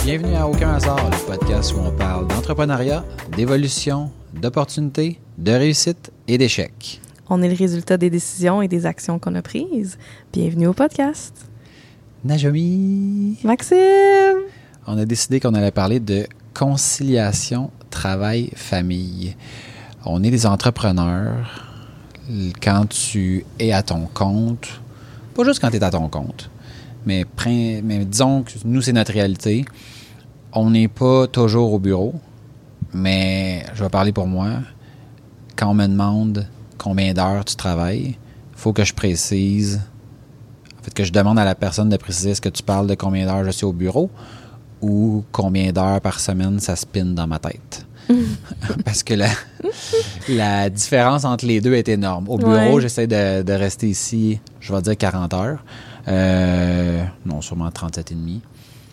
Bienvenue à Aucun hasard, le podcast où on parle d'entrepreneuriat, d'évolution, d'opportunités, de réussite et d'échecs. On est le résultat des décisions et des actions qu'on a prises. Bienvenue au podcast. Najomi! Maxime! On a décidé qu'on allait parler de conciliation travail-famille. On est des entrepreneurs. Quand tu es à ton compte, pas juste quand tu es à ton compte, mais disons que nous, c'est notre réalité. On n'est pas toujours au bureau, mais je vais parler pour moi. Quand on me demande combien d'heures tu travailles, il faut que je précise, en fait, que je demande à la personne de préciser est-ce que tu parles de combien d'heures je suis au bureau ou combien d'heures par semaine ça spinne dans ma tête. Parce que la différence entre les deux est énorme. Au bureau, j'essaie de rester ici, je vais dire 40 heures. Non, sûrement 37 et demi.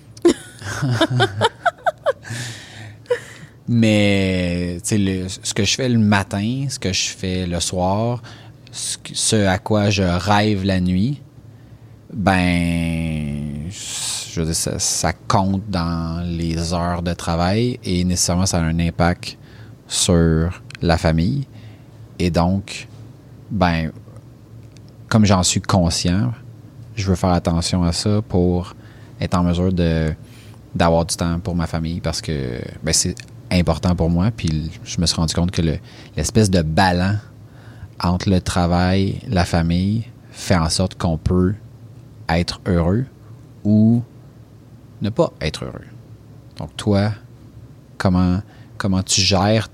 Mais ce que je fais le matin, ce que je fais le soir, ce à quoi je rêve la nuit, ben, je veux dire, ça compte dans les heures de travail et nécessairement ça a un impact sur la famille. Et donc, ben, comme j'en suis conscient, je veux faire attention à ça pour être en mesure d'avoir du temps pour ma famille parce que ben, c'est important pour moi. Puis je me suis rendu compte que l'espèce de balance entre le travail, la famille, fait en sorte qu'on peut être heureux ou ne pas être heureux. Donc toi, comment tu gères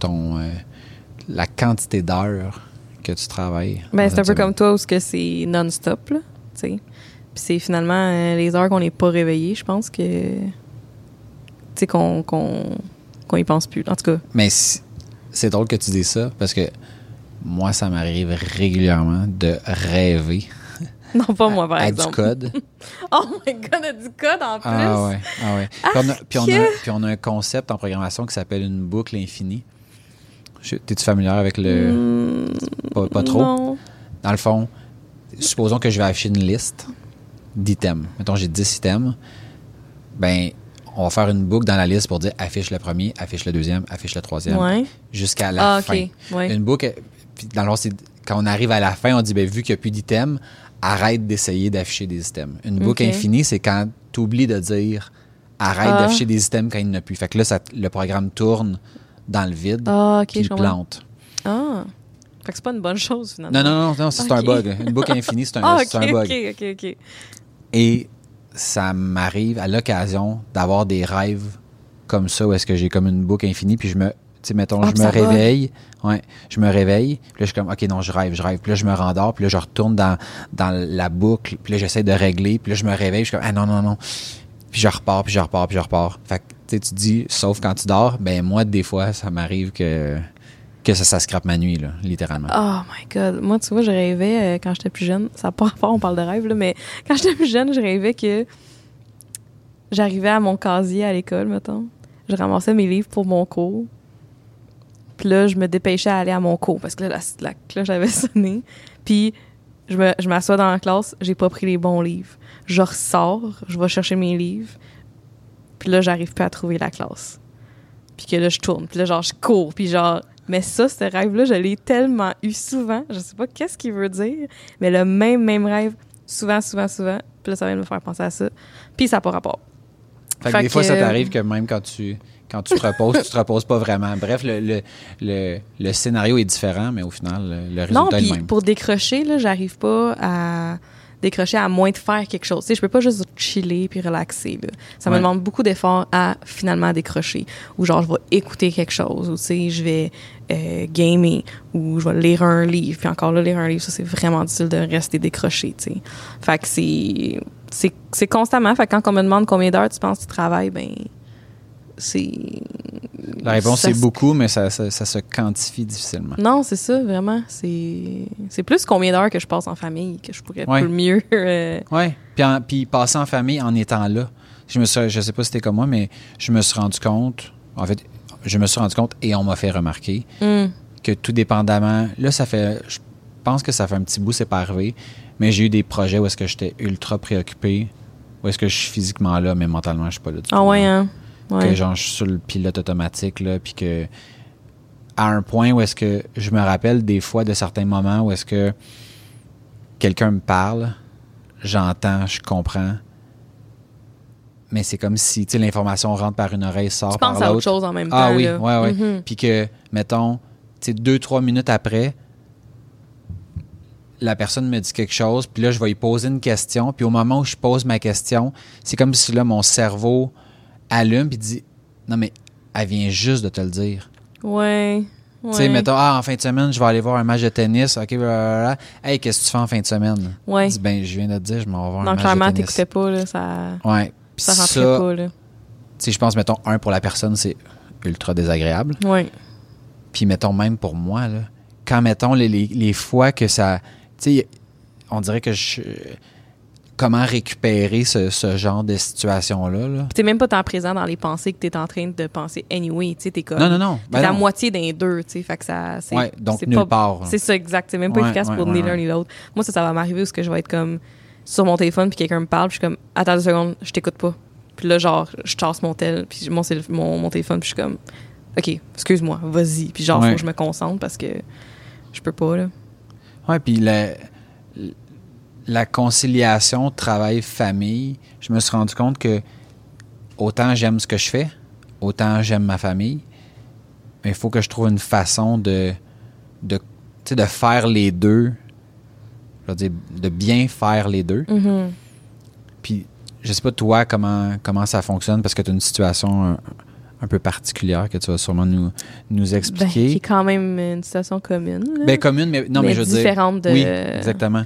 la quantité d'heures que tu travailles? Ben, c'est un peu comme toi où c'est non-stop, là, tu sais. Puis c'est finalement les heures qu'on n'est pas réveillé, je pense que, tu sais, qu'on y pense plus, en tout cas. Mais c'est drôle que tu dises ça, parce que moi, ça m'arrive régulièrement de rêver. Non, pas moi, par exemple. Du code. Oh my God, a du code en plus! Ah ouais. Puis on a un concept en programmation qui s'appelle une boucle infinie. T'es-tu familière avec le... Pas trop? Non. Dans le fond, supposons que je vais afficher une liste d'items. Mettons, j'ai 10 items. Ben, on va faire une boucle dans la liste pour dire affiche le premier, affiche le deuxième, affiche le troisième, jusqu'à la fin. Ouais. Une boucle, dans le fond, quand on arrive à la fin, on dit, ben, vu qu'il n'y a plus d'items, arrête d'essayer d'afficher des items. Une boucle infinie, c'est quand tu oublies de dire arrête d'afficher des items quand il n'y en a plus. Fait que là, le programme tourne dans le vide, puis il plante. Ah! Fait que c'est pas une bonne chose, finalement. Non, c'est un bug. Une boucle infinie, c'est un bug. OK. Et ça m'arrive à l'occasion d'avoir des rêves comme ça, où est-ce que j'ai comme une boucle infinie, puis je me réveille. Ouais, je me réveille, puis là, je suis comme, OK, non, je rêve. Puis là, je me rendors, puis là, je retourne dans la boucle, puis là, j'essaie de régler, puis là, je me réveille, je suis comme, ah non. Puis je repars. Fait que, tu te dis, sauf quand tu dors, ben moi, des fois, ça m'arrive que ça scrape ma nuit, là, littéralement. Oh my God. Moi, tu vois, je rêvais quand j'étais plus jeune. Ça n'a pas rapport, on parle de rêve, là, mais quand j'étais plus jeune, je rêvais que j'arrivais à mon casier à l'école, mettons. Je ramassais mes livres pour mon cours. Puis là, je me dépêchais à aller à mon cours parce que là, la cloche avait sonné. Puis je m'assois dans la classe, j'ai pas pris les bons livres. Je ressors, je vais chercher mes livres. Puis là, j'arrive pas à trouver la classe. Puis que là, je tourne. Puis là, genre, je cours. Puis genre... Mais ça, ce rêve-là, je l'ai tellement eu souvent. Je sais pas qu'est-ce qu'il veut dire, mais le même rêve, souvent. Puis là, ça vient de me faire penser à ça. Puis ça n'a pas rapport. Fait que des fois, ça t'arrive que même quand tu te reposes, tu te reposes pas vraiment. Bref, le scénario est différent, mais au final, le résultat est le même. Pour décrocher, là, j'arrive pas à décrocher à moins de faire quelque chose. Tu sais, je peux pas juste chiller puis relaxer, là. Ça me demande beaucoup d'efforts à finalement décrocher. Ou genre, je vais écouter quelque chose, ou tu sais, je vais gamer, ou je vais lire un livre. Puis encore là, lire un livre, ça, c'est vraiment difficile de rester décroché, tu sais. Fait que c'est constamment. Fait que quand on me demande combien d'heures tu penses que tu travailles, ben c'est... La réponse, c'est beaucoup, mais ça se quantifie difficilement. Non, c'est ça, vraiment. C'est plus combien d'heures que je passe en famille que je pourrais plus mieux... Oui, puis passer en famille en étant là. Je sais pas si c'était comme moi, mais je me suis rendu compte... En fait, et on m'a fait remarquer que tout dépendamment... Là, je pense que ça fait un petit bout, c'est pas arrivé, mais j'ai eu des projets où est-ce que j'étais ultra préoccupé, où est-ce que je suis physiquement là, mais mentalement, je suis pas là du tout. Ah ouais, hein? que genre je suis sur le pilote automatique, là, puis que à un point où est-ce que je me rappelle des fois de certains moments où est-ce que quelqu'un me parle, j'entends, je comprends, mais c'est comme si, tu sais, l'information rentre par une oreille, sort par l'autre. Tu penses à autre chose en même temps. Ah oui, là. ouais. Mm-hmm. Puis que, mettons, tu sais, 2-3 minutes après, la personne me dit quelque chose, puis là, je vais lui poser une question, puis au moment où je pose ma question, c'est comme si là, mon cerveau allume puis dit « Non, mais elle vient juste de te le dire. » Ouais. Tu sais, mettons, en fin de semaine, je vais aller voir un match de tennis. OK, blablabla. Hey, qu'est-ce que tu fais en fin de semaine? Ouais. Je dis, ben, je viens de te dire, je m'en vais voir un Donc, match de clairement, tennis. t'écoutais pas, là. Ça, ouais. Puis ça rentrait pas, là. Tu sais, je pense, mettons, pour la personne, c'est ultra désagréable. Ouais. Puis, mettons, même pour moi, là, quand, mettons, les fois que ça... Tu sais, on dirait que comment récupérer ce genre de situation-là, là? Puis t'es même pas tant présent dans les pensées que t'es en train de penser anyway, tu sais, t'es comme... Non. T'es à moitié d'un deux, tu sais, fait que ça... Ouais, donc c'est nulle pas, part. C'est ça, exact. C'est même pas efficace pour ni l'un ni l'autre. Moi, ça va m'arriver où ce que je vais être comme sur mon téléphone puis quelqu'un me parle, puis je suis comme, attends 2 secondes, je t'écoute pas. Puis là, genre, je tasse mon tel, puis mon téléphone, puis je suis comme, OK, excuse-moi, vas-y. Puis genre, faut que je me concentre parce que je peux pas, là. Ouais, puis la conciliation travail-famille, je me suis rendu compte que autant j'aime ce que je fais, autant j'aime ma famille, mais il faut que je trouve une façon de faire les deux, je veux dire, de bien faire les deux. Mm-hmm. Puis, je sais pas toi comment ça fonctionne, parce que tu as une situation un peu particulière que tu vas sûrement nous expliquer. Qui est quand même une situation commune. Là. Ben, commune, mais non, mais je veux dire... différente de... Oui, exactement.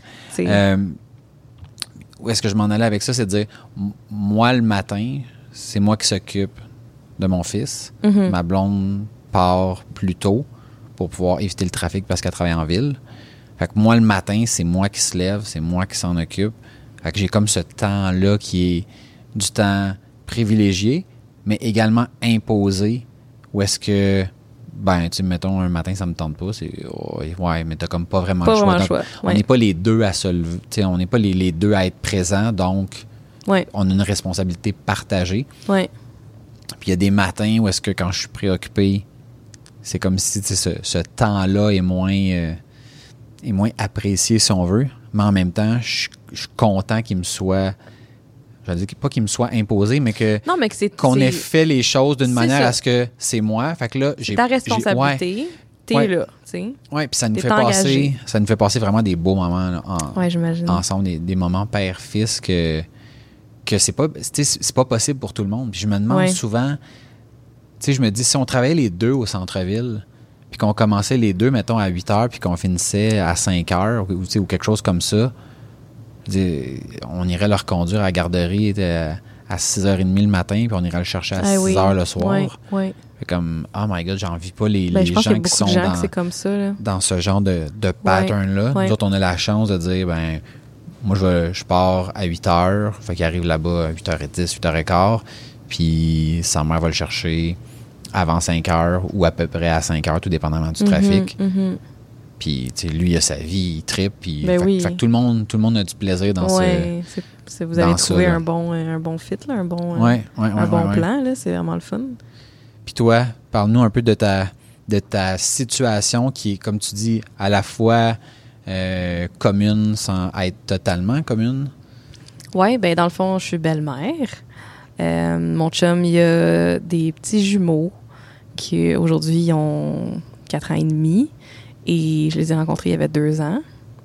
Où est-ce que je m'en allais avec ça, c'est de dire, moi, le matin, c'est moi qui s'occupe de mon fils. Mm-hmm. Ma blonde part plus tôt pour pouvoir éviter le trafic parce qu'elle travaille en ville. Fait que moi, le matin, c'est moi qui se lève, c'est moi qui s'en occupe. Fait que j'ai comme ce temps-là qui est du temps privilégié, mais également imposé, où est-ce que, ben, tu sais, mettons, un matin, ça me tente pas, c'est, ouais, mais t'as comme pas vraiment le choix. Donc, on n'est pas les deux à se lever, tu sais, on n'est pas les deux à être présents, donc on a une responsabilité partagée. Ouais. Puis il y a des matins où est-ce que quand je suis préoccupé, c'est comme si, tu sais, ce temps-là est moins apprécié, si on veut, mais en même temps, je suis content qu'il me soit... Je veux dire, pas qu'il me soit imposé, mais qu'on ait fait les choses d'une manière à ce que c'est moi. Fait que là, c'est ta responsabilité. T'es là, tu sais. Oui, puis ça nous fait passer vraiment des beaux moments là, ensemble, des moments père-fils que c'est pas possible pour tout le monde. Puis je me demande souvent, tu sais, je me dis, si on travaillait les deux au centre-ville, puis qu'on commençait les deux, mettons, à 8 heures, puis qu'on finissait à 5 heures, ou quelque chose comme ça, on irait leur conduire à la garderie à 6h30 le matin, puis on irait le chercher à 6h le soir. Oui. Fait comme, oh my God, j'envie pas les gens qui sont dans ce genre de pattern-là. Nous autres, on a la chance de dire, ben, moi, je pars à 8h, fait qu'il arrive là-bas à 8h10, 8h15, puis sa mère va le chercher avant 5h ou à peu près à 5h, tout dépendamment du trafic. Mm-hmm. Puis, tu sais, lui, il a sa vie, il trippe. Puis, fait que tout le monde a du plaisir dans vous avez trouvé un bon fit, là, un bon plan. Là, c'est vraiment le fun. Puis toi, parle-nous un peu de ta situation qui est, comme tu dis, à la fois commune sans être totalement commune. Oui, bien, dans le fond, je suis belle-mère. Mon chum, il a des petits jumeaux qui, aujourd'hui, ont 4 ans et demi. Et je les ai rencontrés il y avait 2 ans.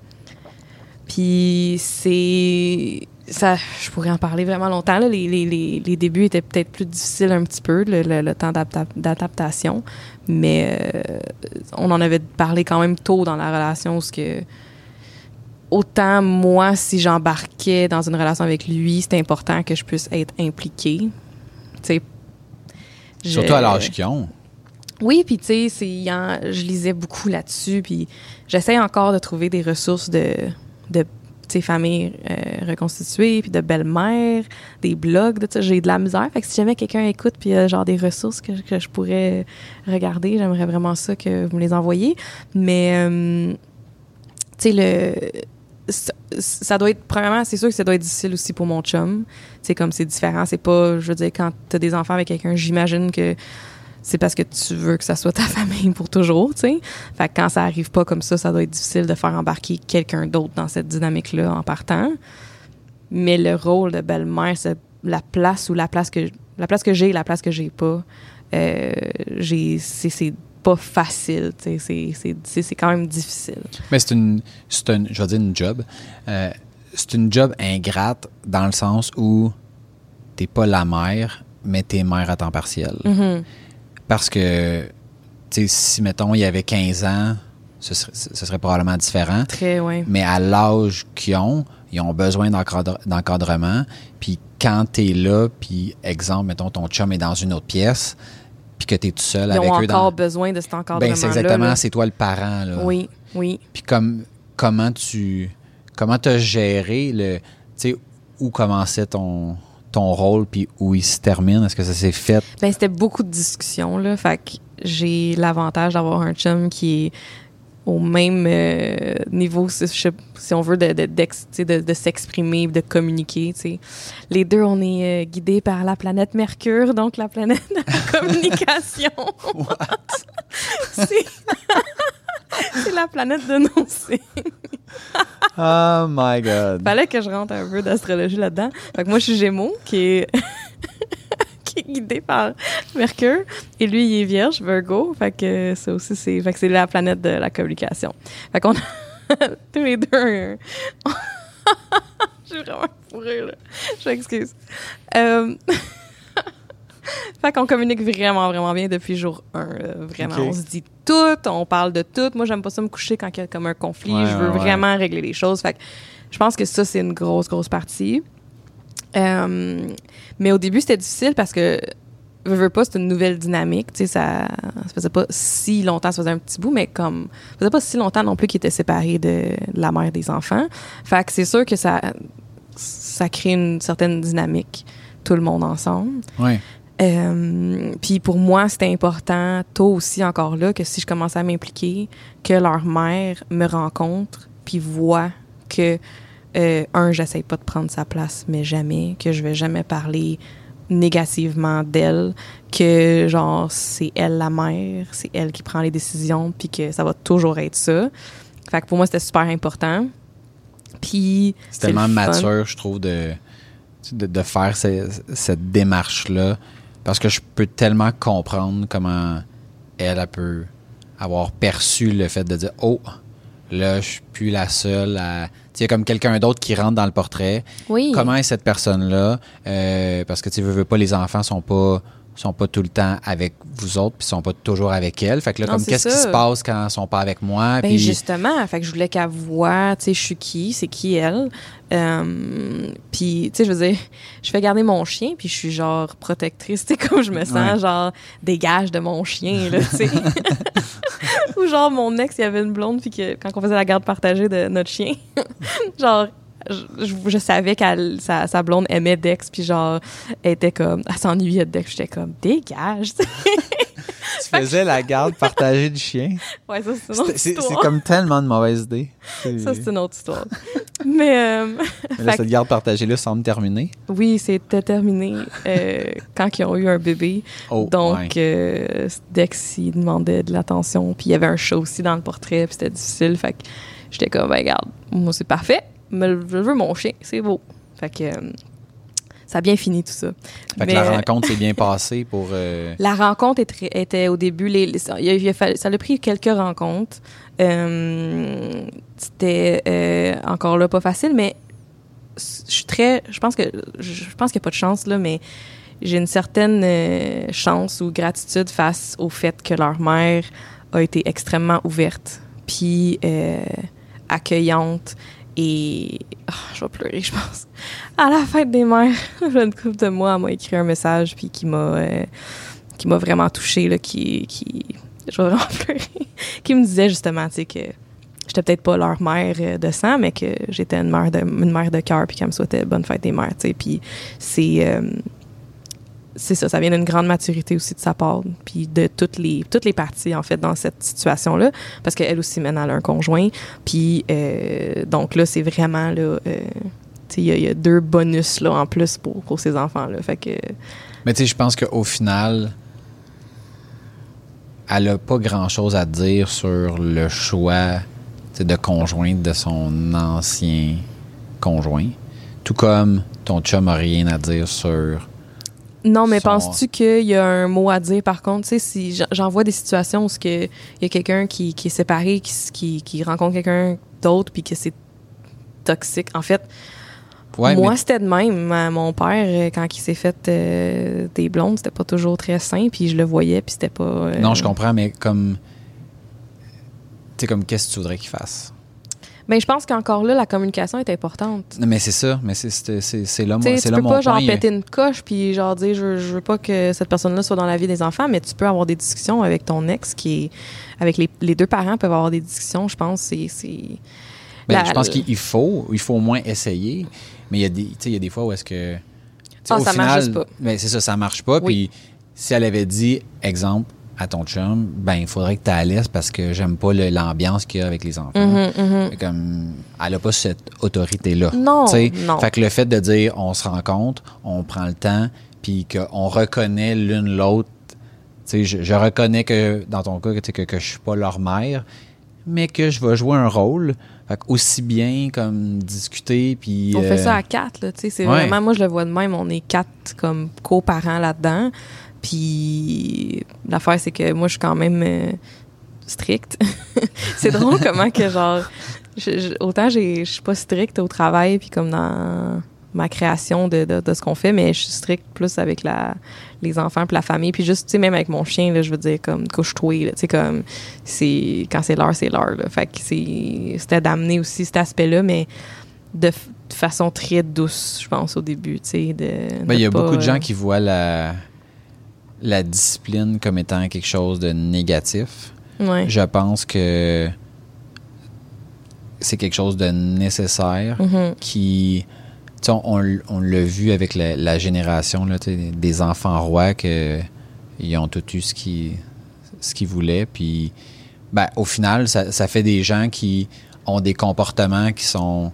Puis ça, je pourrais en parler vraiment longtemps. Là. Les débuts étaient peut-être plus difficiles un petit peu, le temps d'adaptation. Mais on en avait parlé quand même tôt dans la relation, parce que autant moi, si j'embarquais dans une relation avec lui, c'était important que je puisse être impliquée. Surtout à l'âge qu'ils ont. Oui, puis tu sais, je lisais beaucoup là-dessus, puis j'essaie encore de trouver des ressources de familles reconstituées, puis de belle-mère, des blogs, j'ai de la misère. Fait que si jamais quelqu'un écoute, puis genre des ressources que je pourrais regarder, j'aimerais vraiment ça que vous me les envoyiez. Mais, tu sais, ça doit être, premièrement, c'est sûr que ça doit être difficile aussi pour mon chum. C'est comme, c'est différent. C'est pas, je veux dire, quand t'as des enfants avec quelqu'un, j'imagine que c'est parce que tu veux que ça soit ta famille pour toujours, tu sais. Fait que quand ça arrive pas comme ça doit être difficile de faire embarquer quelqu'un d'autre dans cette dynamique-là en partant. Mais le rôle de belle-mère, c'est la place que j'ai et la place que j'ai pas. C'est pas facile, tu sais, c'est quand même difficile. Mais je vais dire une job. C'est une job ingrate dans le sens où t'es pas la mère, mais t'es mère à temps partiel. Mm-hmm. Parce que, tu sais, si, mettons, il y avait 15 ans, ce serait probablement différent. Très, oui. Mais à l'âge qu'ils ont, ils ont besoin d'encadrement. Puis quand t'es là, puis exemple, mettons, ton chum est dans une autre pièce, puis que t'es tout seul avec eux. Ils ont encore besoin de cet encadrement-là. Ben, c'est exactement, c'est toi le parent, là. Oui, oui. Puis comment t'as géré tu sais, où commençait ton rôle, puis où il se termine? Est-ce que ça s'est fait? Ben, c'était beaucoup de discussions, là. Fait que j'ai l'avantage d'avoir un chum qui est au même niveau, si on veut, de s'exprimer, de communiquer, tu sais. Les deux, on est guidés par la planète Mercure, donc la planète de la communication. What? C'est la planète de nos signes. Oh my God. Fallait que je rentre un peu d'astrologie là-dedans. Fait que moi, je suis Gémeaux, qui est guidé par Mercure. Et lui, il est Vierge, Virgo. Fait que ça aussi, c'est la planète de la communication. Fait qu'on a tous les deux je suis vraiment fourrée, là. Je m'excuse. Fait qu'on communique vraiment, vraiment bien depuis jour 1. Vraiment, okay. On se dit tout, on parle de tout. Moi, j'aime pas ça me coucher quand il y a comme un conflit. Je veux vraiment régler les choses. Fait que je pense que ça, c'est une grosse, grosse partie. Mais au début, c'était difficile parce que veux pas, c'est une nouvelle dynamique. Tu sais, ça faisait pas si longtemps, ça faisait un petit bout, mais comme ça faisait pas si longtemps non plus qu'ils étaient séparés de la mère des enfants. Fait que c'est sûr que ça crée une certaine dynamique, tout le monde ensemble. Oui. Puis pour moi, c'était important, tôt aussi encore là, que si je commençais à m'impliquer, que leur mère me rencontre puis voit que j'essaie pas de prendre sa place, mais jamais, que je vais jamais parler négativement d'elle, que genre c'est elle la mère, c'est elle qui prend les décisions, puis que ça va toujours être ça. Fait que pour moi, c'était super important. Puis c'est tellement mature, je trouve, de faire cette démarche-là, parce que je peux tellement comprendre comment elle peut avoir perçu le fait de dire « Oh, là, je suis plus la seule à... » Il y a comme quelqu'un d'autre qui rentre dans le portrait. Oui. Comment est cette personne-là? Parce que tu veux pas, les enfants sont pas tout le temps avec vous autres, puis sont pas toujours avec elle. Fait que là, non, comme qu'est-ce qui se passe quand ils sont pas avec moi? Ben puis... justement, fait que je voulais qu'elle voie, tu sais, je suis qui, c'est qui elle. Puis, tu sais, je veux dire, je fais garder mon chien, puis je suis genre protectrice, tu sais, comme je me sens, genre, dégage de mon chien, là, tu sais. Ou genre, mon ex, il y avait une blonde, puis que quand on faisait la garde partagée de notre chien, genre, je savais sa blonde aimait Dex, puis genre, elle s'ennuyait de Dex. J'étais comme, dégage, tu faisais la garde partagée du chien? Ouais, ça, c'est une autre histoire. C'est comme tellement de mauvaise idée. Ça, c'est une autre histoire. Mais là, cette garde partagée-là semble terminée? Oui, c'était terminé quand ils ont eu un bébé. Oh, donc, Dex, il demandait de l'attention, puis il y avait un chat aussi dans le portrait, puis c'était difficile. Fait que j'étais comme, ben, regarde, moi, c'est parfait. Mais je veux mon chien, c'est beau. Fait que ça a bien fini tout ça. Fait que la rencontre s'est bien passée pour... La rencontre était au début... ça a pris quelques rencontres. C'était encore là pas facile, mais je pense qu'il n'y a pas de chance, là, mais j'ai une certaine chance ou gratitude face au fait que leur mère a été extrêmement ouverte, puis accueillante. Et je vais pleurer, je pense. À la fête des mères, une couple de mois, elle m'a écrit un message puis qui m'a vraiment touchée, là, je vais vraiment pleurer, qui me disait justement, tu sais, que j'étais peut-être pas leur mère de sang, mais que j'étais une mère de cœur puis qu'elle me souhaitait bonne fête des mères, tu sais. Puis c'est ça, ça vient d'une grande maturité aussi de sa part, puis de toutes les parties, en fait, dans cette situation-là, parce qu'elle aussi, elle a un conjoint, puis donc là, c'est vraiment, là, il y a 2 bonus, là, en plus pour ces enfants-là, fait que... Mais tu sais, je pense qu'au final, elle a pas grand-chose à dire sur le choix de conjointe de son ancien conjoint, tout comme ton chum a rien à dire sur... Non, mais penses-tu qu'il y a un mot à dire, par contre? Tu sais, si j'en vois des situations où il y a quelqu'un qui est séparé, qui rencontre quelqu'un d'autre, puis que c'est toxique. En fait, moi, c'était de même. Mon père, quand il s'est fait des blondes, c'était pas toujours très sain, puis je le voyais, puis c'était pas... Non, je comprends, mais comme... Tu sais, comme, qu'est-ce que tu voudrais qu'il fasse? Ben, je pense qu'encore là, la communication est importante. Mais c'est ça, mais c'est là, tu c'est là peux mon pas point. genre péter une coche puis genre dire je veux pas que cette personne-là soit dans la vie des enfants, mais tu peux avoir des discussions avec ton ex avec les 2 parents peuvent avoir des discussions, je pense. Je pense qu'il faut au moins essayer, mais il y a des fois où est-ce que au ça final, marche juste pas. Ben, c'est ça marche pas. Oui. Puis si elle avait dit, exemple, à ton chum, ben il faudrait que tu laisses parce que j'aime pas l'ambiance qu'il y a avec les enfants. Comme, elle a pas cette autorité-là. Non. Fait que le fait de dire on se rencontre, on prend le temps, puis qu'on reconnaît l'une l'autre. Je reconnais que dans ton cas que je suis pas leur mère, mais que je vais jouer un rôle. Fait que aussi bien comme discuter puis on fait ça à 4 là, c'est vraiment, moi je le vois de même, on est 4 comme coparents là-dedans. Puis l'affaire, c'est que moi, je suis quand même stricte. C'est drôle comment que, genre, autant je suis pas stricte au travail, puis comme dans ma création de ce qu'on fait, mais je suis stricte plus avec les enfants puis la famille. Puis juste, tu sais, même avec mon chien, là, je veux dire, comme, couche-toi, là, tu sais, comme, quand c'est l'heure, là. Fait que c'était d'amener aussi cet aspect-là, mais de façon très douce, je pense, au début, tu sais. Il y a beaucoup de gens qui voient la discipline comme étant quelque chose de négatif. Ouais. Je pense que c'est quelque chose de nécessaire qui... On l'a vu avec la génération là, des enfants rois qu'ils ont tout eu ce qu'ils voulaient. Puis, ben, au final, ça fait des gens qui ont des comportements qui sont,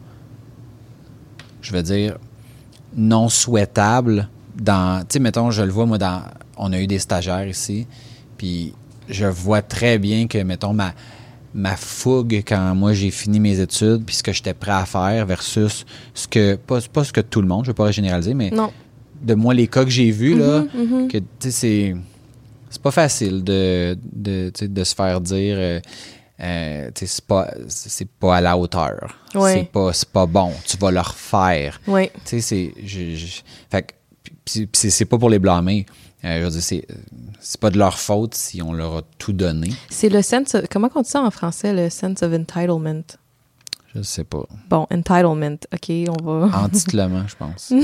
je veux dire, non souhaitables. Tu sais, mettons, je le vois, moi, on a eu des stagiaires ici, puis je vois très bien que, mettons, ma fougue quand moi j'ai fini mes études, puis ce que j'étais prêt à faire versus ce que, pas ce que tout le monde, je ne veux pas généraliser, mais non. De moi, les cas que j'ai vus, là, que, tu sais, c'est pas facile de se faire dire, c'est pas à la hauteur. Ouais. C'est pas bon, tu vas le refaire. Oui. Tu sais, fait que c'est pas pour les blâmer. Je veux dire, c'est pas de leur faute si on leur a tout donné. C'est le sense comment on dit ça en français, le sense of entitlement? Je sais pas. Bon, entitlement. OK, on va... Entitlement, je pense.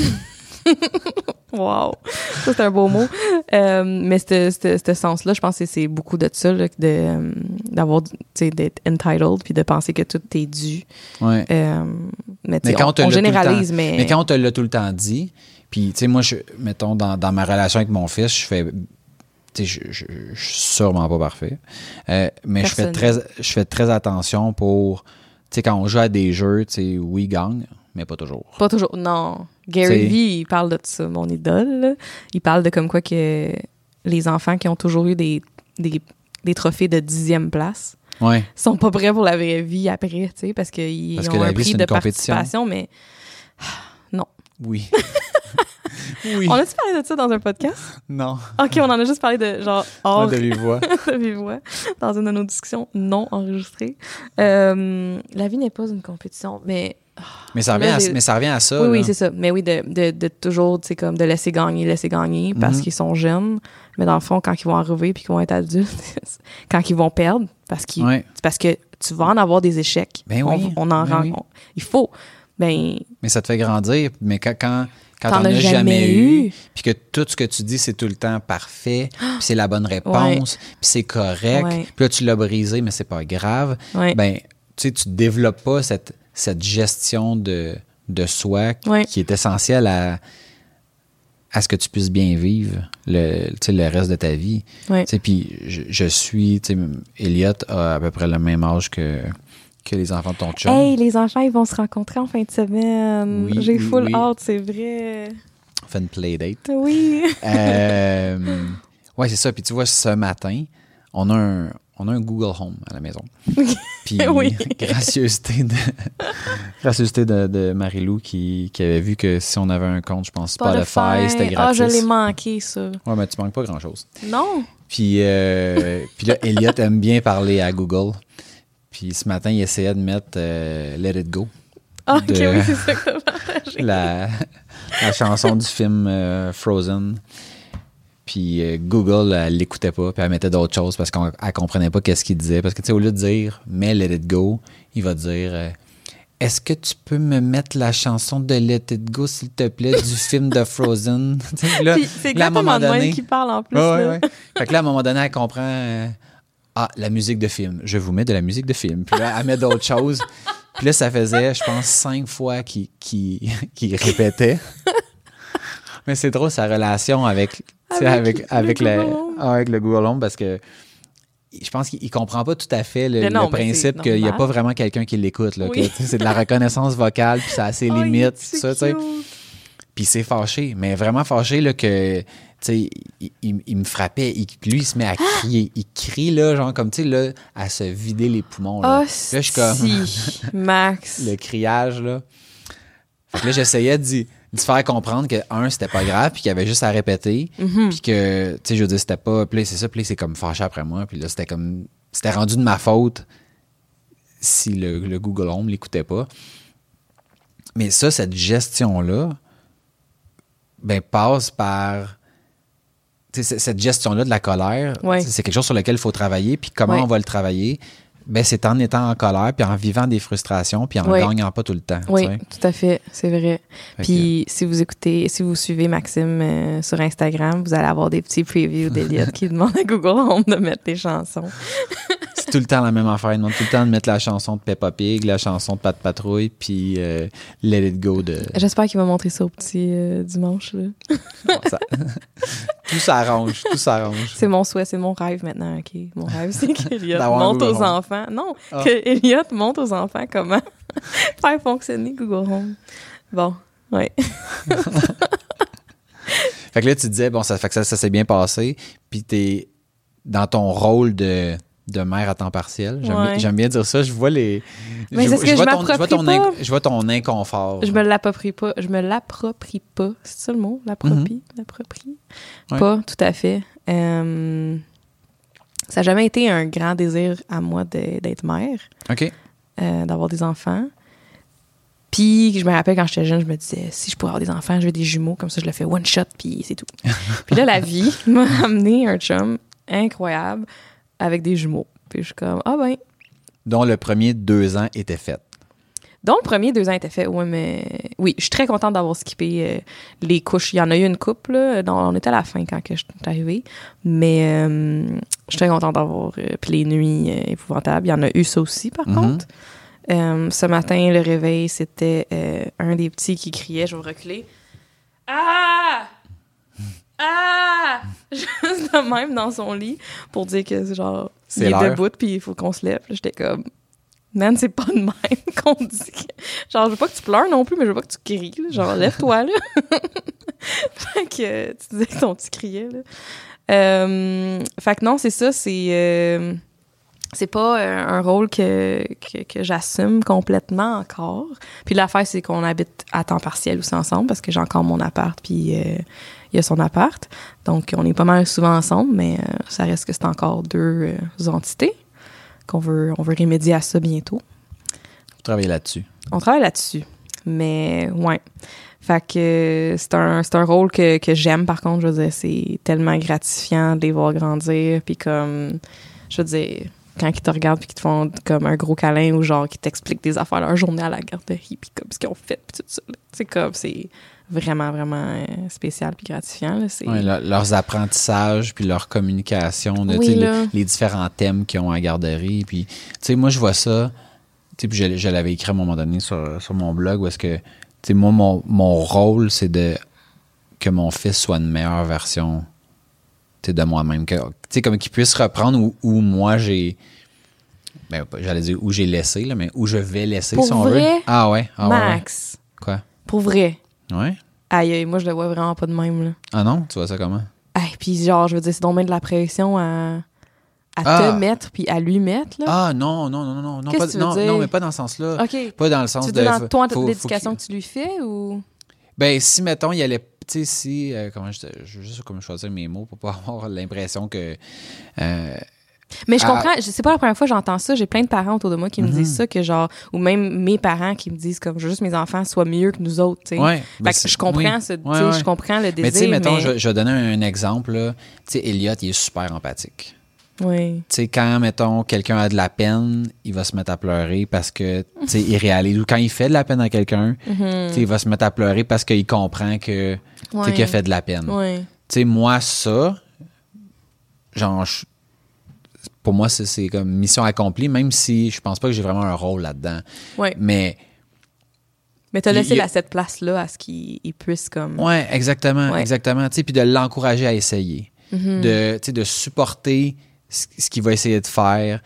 Wow! Ça, c'est un beau mot. Mais ce sens-là, je pense que c'est beaucoup de ça, là, d'avoir, tu sais, d'être entitled puis de penser que tout est dû. Ouais. Mais tu sais, on généralise, mais... Mais quand on te l'a tout le temps dit, puis, tu sais, moi, mettons, dans ma relation avec mon fils, je fais... Tu sais, je suis sûrement pas parfait. Mais je fais très attention pour... Tu sais, quand on joue à des jeux, tu sais, oui, gagne, mais pas toujours. Pas toujours, non. Gary Vee, il parle de ça, mon idole. Là. Il parle de comme quoi que les enfants qui ont toujours eu des trophées de 10e place sont pas prêts pour la vraie vie après, tu sais, parce qu'ils ont un prix de participation, mais non. Oui. Oui. On a-tu parlé de ça dans un podcast? Non. OK, on en a juste parlé de genre hors... de vive voix. De vive voix. Dans une de nos discussions non enregistrées. La vie n'est pas une compétition, mais... Mais ça revient à ça. Oui, c'est ça. Mais oui, de toujours, tu sais, comme de laisser gagner parce qu'ils sont jeunes. Mais dans le fond, quand ils vont arriver puis qu'ils vont être adultes, quand ils vont perdre, parce que tu vas en avoir des échecs. Ben oui. On en rencontre. Il faut. Ben, mais ça te fait grandir. Mais quand t'en as jamais eu, puis que tout ce que tu dis, c'est tout le temps parfait, puis c'est la bonne réponse, puis c'est correct, puis là, tu l'as brisé, mais c'est pas grave, ben, tu sais, tu développes pas cette gestion de soi qui est essentielle à ce que tu puisses bien vivre le reste de ta vie. Ouais. Puis je suis, Elliot a à peu près le même âge que les enfants de ton chum. Hey, les enfants, ils vont se rencontrer en fin de semaine. Oui, J'ai full oui. hâte, c'est vrai. On fait une playdate. Oui. Ouais, c'est ça. Puis tu vois, ce matin, on a un Google Home à la maison. Puis Oui. gracieuseté de Marie-Lou qui avait vu que si on avait un compte, je pense Spotify, c'était gratis. Ah, je l'ai manqué, ça. Ouais, mais tu manques pas grand-chose. Non. Puis là, Elliot aime bien parler à Google. Puis ce matin, il essayait de mettre Let It Go. Ah, OK, oui, c'est ça que t'as partagé. la chanson du film Frozen. Puis Google, elle l'écoutait pas, puis elle mettait d'autres choses parce qu'elle comprenait pas qu'est-ce qu'il disait. Parce que, tu sais, au lieu de dire « mais Let It Go », il va dire est-ce que tu peux me mettre la chanson de Let It Go, s'il te plaît, du film de Frozen? » Là, Puis c'est exactement de même qui parle en plus. Ouais. Fait que là, à un moment donné, elle comprend la musique de film. Je vous mets de la musique de film. Puis là, elle met d'autres choses. Puis là, ça faisait, je pense, 5 fois qu'il répétait. Mais c'est drôle, sa relation avec le Google Home, parce que je pense qu'il comprend pas tout à fait le principe qu'il n'y a pas vraiment quelqu'un qui l'écoute. Là, oui. que, c'est de la reconnaissance vocale, puis ça a ses limites. Ça, cute. Puis c'est fâché, mais vraiment fâché là, que il me frappait. Puis lui, il se met à crier. Il crie, là, genre comme, tu sais, là, à se vider les poumons. Là, là je suis comme... Max. Le criage, là. Fait que là, j'essayais de faire comprendre que, c'était pas grave, puis qu'il y avait juste à répéter, puis que, tu sais, je veux dire, c'était pas... Puis là, c'est ça, puis là, c'est comme fâché après moi, puis là, c'était rendu de ma faute si le Google Home l'écoutait pas. Mais ça, cette gestion-là, ben, passe par... cette gestion-là de la colère, c'est quelque chose sur lequel il faut travailler, puis comment on va le travailler? Ben, c'est en étant en colère, puis en vivant des frustrations, puis en gagnant pas tout le temps. Oui, tout à fait, c'est vrai. Puis si vous suivez Maxime sur Instagram, vous allez avoir des petits previews d'Elliot qui demandent à Google Home de mettre des chansons. C'est tout le temps la même affaire. Il demande tout le temps de mettre la chanson de Peppa Pig, la chanson de Pat Patrouille, puis Let It Go de... J'espère qu'il va montrer ça au petit dimanche. Là. Tout s'arrange. C'est mon souhait, c'est mon rêve maintenant, OK? Mon rêve, c'est qu'Elliot montre aux enfants. Non, que Elliot montre aux enfants comment faire fonctionner Google Home. Bon, ouais. Fait que là, tu disais, bon, ça fait que ça s'est bien passé, puis t'es dans ton rôle de mère à temps partiel. J'aime bien dire ça. Je vois les... Mais c'est ce que je vois ton inconfort. Je me l'approprie pas. C'est ça le mot? L'approprie? Pas, tout à fait. Ça n'a jamais été un grand désir à moi d'être mère. OK. D'avoir des enfants. Puis, je me rappelle quand j'étais jeune, je me disais, si je pouvais avoir des enfants, je veux des jumeaux. Comme ça, je le fais one shot, puis c'est tout. Puis là, la vie m'a amené un chum incroyable avec des jumeaux. Puis je suis comme, dont le premier 2 ans était fait. Donc, le premier 2 ans était fait, mais... Oui, je suis très contente d'avoir skippé les couches. Il y en a eu une couple, là, on était à la fin quand je suis arrivée, mais je suis très contente d'avoir... puis les nuits épouvantables, il y en a eu ça aussi, par contre. Ce matin, le réveil, c'était un des petits qui criait, je vais reculer. « Ah! Ah! » Juste de même dans son lit pour dire que c'est genre, il est debout puis il faut qu'on se lève. J'étais comme, man, c'est pas de même qu'on dit. Genre, je veux pas que tu pleures non plus, mais je veux pas que tu cries. Là. Genre, lève-toi, là. Fait que tu disais que ton petit criait, là. Fait que non, c'est ça, c'est pas un rôle que j'assume complètement encore. Puis l'affaire, c'est qu'on habite à temps partiel aussi ensemble parce que j'ai encore mon appart, puis il y a son appart. Donc, on est pas mal souvent ensemble, mais ça reste que c'est encore 2 entités qu'on veut remédier à ça bientôt. Vous travaillez là-dessus. On travaille là-dessus, mais ouais. Fait que c'est un rôle que j'aime, par contre. Je veux dire, c'est tellement gratifiant de les voir grandir, puis comme, je veux dire... quand ils te regardent puis qu'ils te font comme un gros câlin ou genre qu'ils t'expliquent des affaires, leur journée à la garderie puis comme ce qu'ils ont fait puis tout ça. C'est vraiment, vraiment spécial puis gratifiant. Là. Leurs apprentissages puis leur communication, les différents thèmes qu'ils ont à la garderie. Puis, tu sais, moi, je vois ça, tu sais, puis je l'avais écrit à un moment donné sur mon blog où est-ce que, tu sais, moi, mon rôle, c'est de que mon fils soit une meilleure version de moi-même. Comme qu'il puisse reprendre où moi j'ai... Ben, j'allais dire où j'ai laissé, là, mais où je vais laisser, Pour si on vrai, veut. Ah ouais? Ah, Max. Ouais. Quoi? Pour vrai. Ouais? Aïe, moi, je le vois vraiment pas de même, là. Ah non? Tu vois ça comment? Puis genre, je veux dire, c'est donc bien de la pression à te mettre puis à lui mettre, là. Ah non. Qu'est-ce que tu veux dire? Non, mais pas dans ce sens-là. OK. Pas dans le sens Tu de... veux dire dans toi, faut l'éducation que tu lui fais ou... Ben, si, mettons, il allait... Tu sais, si... comment je veux juste comme choisir mes mots pour pas avoir l'impression que... Mais je comprends, c'est pas la première fois que j'entends ça. J'ai plein de parents autour de moi qui me disent ça, que genre, ou même mes parents qui me disent comme, je veux juste mes enfants soient mieux que nous autres, tu sais. Ouais, fait que je comprends je comprends le désir. Mais tu sais, mettons, je vais donner un exemple, là. Tu sais, Elliot, il est super empathique. Oui. Tu sais, quand, mettons, quelqu'un a de la peine, il va se mettre à pleurer parce que, tu sais, il réalise. Ou quand il fait de la peine à quelqu'un, tu sais, il va se mettre à pleurer parce qu'il comprend que, tu sais, qu'il a fait de la peine. Oui. Tu sais, moi, ça, genre, pour moi, c'est comme mission accomplie, même si je pense pas que j'ai vraiment un rôle là-dedans. Oui. Mais t'as laissé cette place-là à ce qu'il puisse comme... Ouais, exactement, Ouais. exactement. Tu sais, puis de l'encourager à essayer. De supporter ce qu'il va essayer de faire,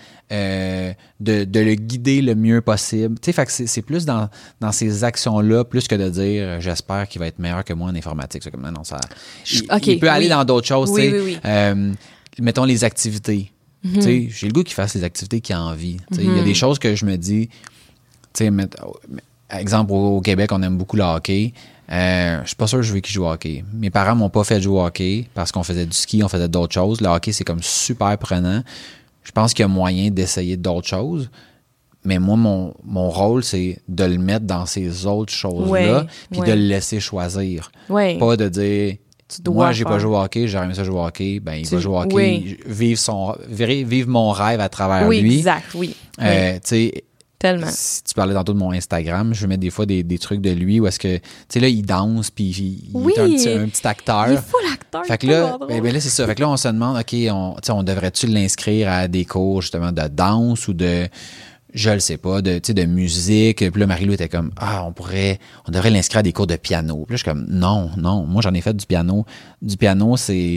de le guider le mieux possible. Tu sais, fait que c'est plus dans ces actions-là, plus que de dire j'espère qu'il va être meilleur que moi en informatique. C'est comme non, ça. Il peut aller dans d'autres choses. Oui, tu sais. oui. Mettons les activités. Tu sais, j'ai le goût qu'il fasse les activités qu'il a envie. Tu sais, il y a des choses que je me dis. Tu sais, exemple au Québec, on aime beaucoup le hockey. Je suis pas sûr que je veux qu'il joue au hockey. Mes parents m'ont pas fait jouer au hockey parce qu'on faisait du ski, on faisait d'autres choses. Le hockey, c'est comme super prenant. Je pense qu'il y a moyen d'essayer d'autres choses. Mais moi, mon rôle, c'est de le mettre dans ces autres choses-là puis de le laisser choisir. Ouais. Pas de dire... Moi, j'ai pas joué au hockey, j'aurais aimé ça jouer au hockey. Ben, il va jouer au hockey, vivre mon rêve à travers lui. Oui, exact, oui. Tu sais... Tellement. Si tu parlais tantôt de mon Instagram, je vais mettre des fois des trucs de lui où est-ce que, tu sais, là, il danse, puis il est un petit acteur. Il est full acteur. Fait que là, là, c'est ça. Fait que là, on se demande, OK, on devrait-tu l'inscrire à des cours, justement, de danse ou de, je le sais pas, de musique. Puis là, Marie-Lou était comme, on devrait l'inscrire à des cours de piano. Puis là, je suis comme, non. Moi, j'en ai fait du piano. Du piano,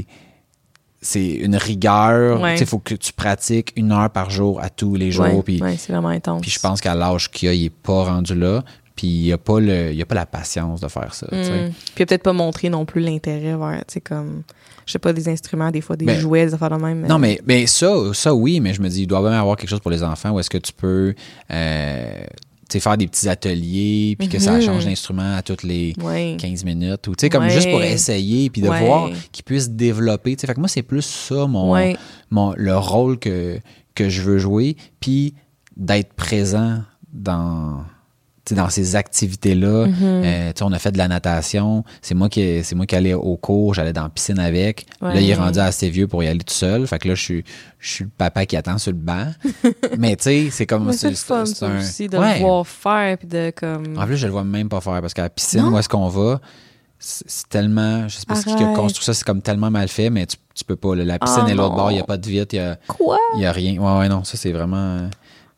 c'est une rigueur. Ouais. Il faut que tu pratiques 1 heure par jour à tous les jours. Oui, c'est vraiment intense. Puis je pense qu'à l'âge qu'il a, il n'est pas rendu là. Puis il n'a pas la patience de faire ça. Puis il n'a peut-être pas montré non plus l'intérêt vers, tu sais, comme, je sais pas, des instruments, des fois des jouets, des affaires de même. Non, mais ça, oui, mais je me dis, il doit bien avoir quelque chose pour les enfants où est-ce que tu peux... faire des petits ateliers, puis que ça change d'instrument à toutes les 15 minutes, ou comme juste pour essayer, puis de voir qu'ils puissent développer. Fait que moi, c'est plus ça, le rôle que je veux jouer, puis d'être présent dans ces activités-là. On a fait de la natation. C'est moi qui allais au cours, j'allais dans la piscine avec. Là, il est rendu assez vieux pour y aller tout seul. Fait que là, je suis le papa qui attend sur le banc. Mais tu sais, c'est comme... c'est fun, ça aussi, de le voir faire, puis de comme... En plus, je le vois même pas faire, parce qu'à la piscine, où est-ce qu'on va, c'est tellement... Je sais pas ce qui a construit ça, c'est comme tellement mal fait, mais tu peux pas. La piscine est l'autre bord, il n'y a pas de vitre, il y a rien. Ouais, non, ça, c'est vraiment...